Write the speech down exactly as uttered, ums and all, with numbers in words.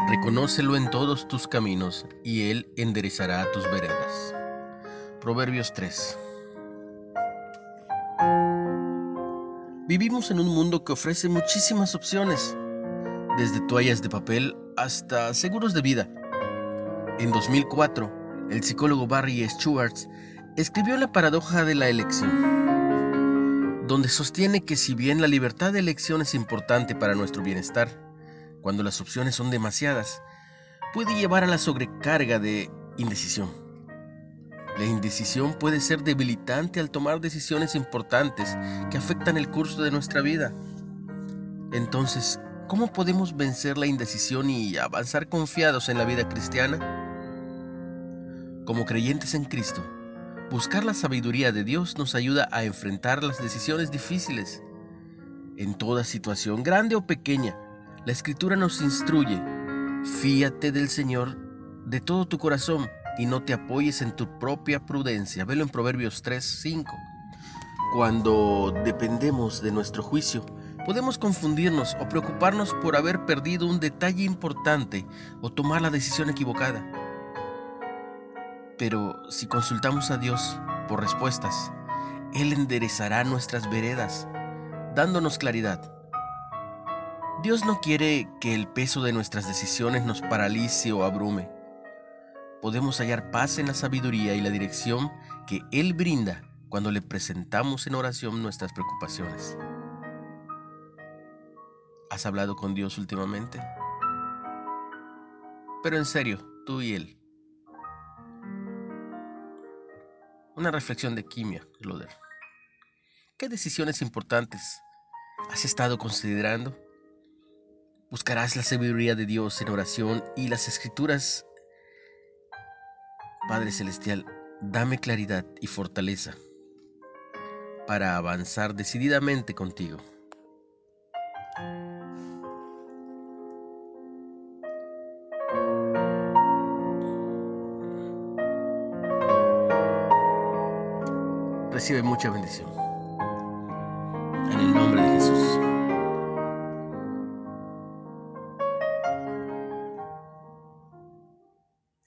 Reconócelo en todos tus caminos, y Él enderezará tus veredas. Proverbios tres. Vivimos en un mundo que ofrece muchísimas opciones, desde toallas de papel hasta seguros de vida. En dos mil cuatro, el psicólogo Barry Schwartz escribió La paradoja de la elección, donde sostiene que si bien la libertad de elección es importante para nuestro bienestar, cuando las opciones son demasiadas, puede llevar a la sobrecarga de indecisión. La indecisión puede ser debilitante al tomar decisiones importantes que afectan el curso de nuestra vida. Entonces, ¿cómo podemos vencer la indecisión y avanzar confiados en la vida cristiana? Como creyentes en Cristo, buscar la sabiduría de Dios nos ayuda a enfrentar las decisiones difíciles. En toda situación, grande o pequeña, la Escritura nos instruye: fíate del Señor de todo tu corazón y no te apoyes en tu propia prudencia. Velo en Proverbios tres, cinco. Cuando dependemos de nuestro juicio, podemos confundirnos o preocuparnos por haber perdido un detalle importante o tomar la decisión equivocada. Pero si consultamos a Dios por respuestas, Él enderezará nuestras veredas, dándonos claridad. Dios no quiere que el peso de nuestras decisiones nos paralice o abrume. Podemos hallar paz en la sabiduría y la dirección que Él brinda cuando le presentamos en oración nuestras preocupaciones. ¿Has hablado con Dios últimamente? Pero en serio, tú y Él. Una reflexión de Kimia Loder. ¿Qué decisiones importantes has estado considerando? Buscarás la sabiduría de Dios en oración y las Escrituras. Padre Celestial, dame claridad y fortaleza para avanzar decididamente contigo. Recibe mucha bendición. En el nombre